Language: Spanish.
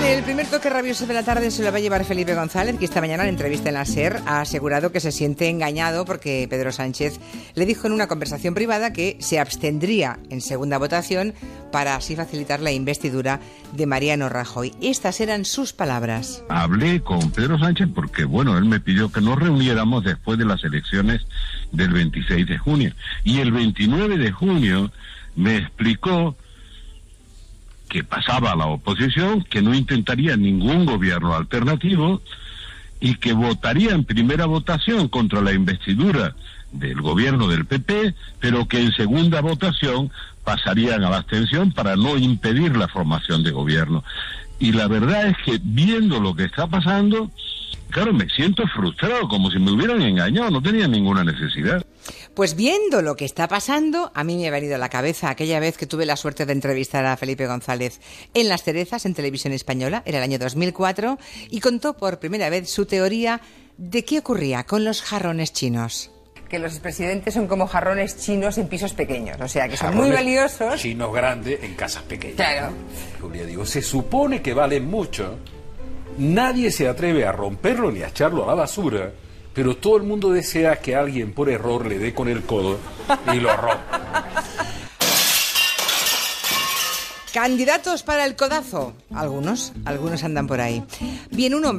El primer toque rabioso de la tarde se lo va a llevar Felipe González, que esta mañana en entrevista en la SER ha asegurado que se siente engañado porque Pedro Sánchez le dijo en una conversación privada que se abstendría en segunda votación para así facilitar la investidura de Mariano Rajoy. Estas eran sus palabras. Hablé con Pedro Sánchez porque, él me pidió que nos reuniéramos después de las elecciones del 26 de junio. Y el 29 de junio me explicó que pasaba a la oposición, que no intentaría ningún gobierno alternativo y que votaría en primera votación contra la investidura del gobierno del PP, pero que en segunda votación pasarían a la abstención para no impedir la formación de gobierno. Y la verdad es que viendo lo que está pasando, claro, me siento frustrado, como si me hubieran engañado, no tenía ninguna necesidad. Pues viendo lo que está pasando, a mí me ha venido a la cabeza aquella vez que tuve la suerte de entrevistar a Felipe González en Las Cerezas, en Televisión Española, era el año 2004, y contó por primera vez su teoría de qué ocurría con los jarrones chinos. Que los expresidentes son como jarrones chinos en pisos pequeños, o sea, que son muy valiosos. Chinos grandes en casas pequeñas. Claro. Julia, digo, se supone que valen mucho, nadie se atreve a romperlo ni a echarlo a la basura, pero todo el mundo desea que alguien por error le dé con el codo y lo rompa. ¿Candidatos para el codazo? Algunos andan por ahí. Bien, uno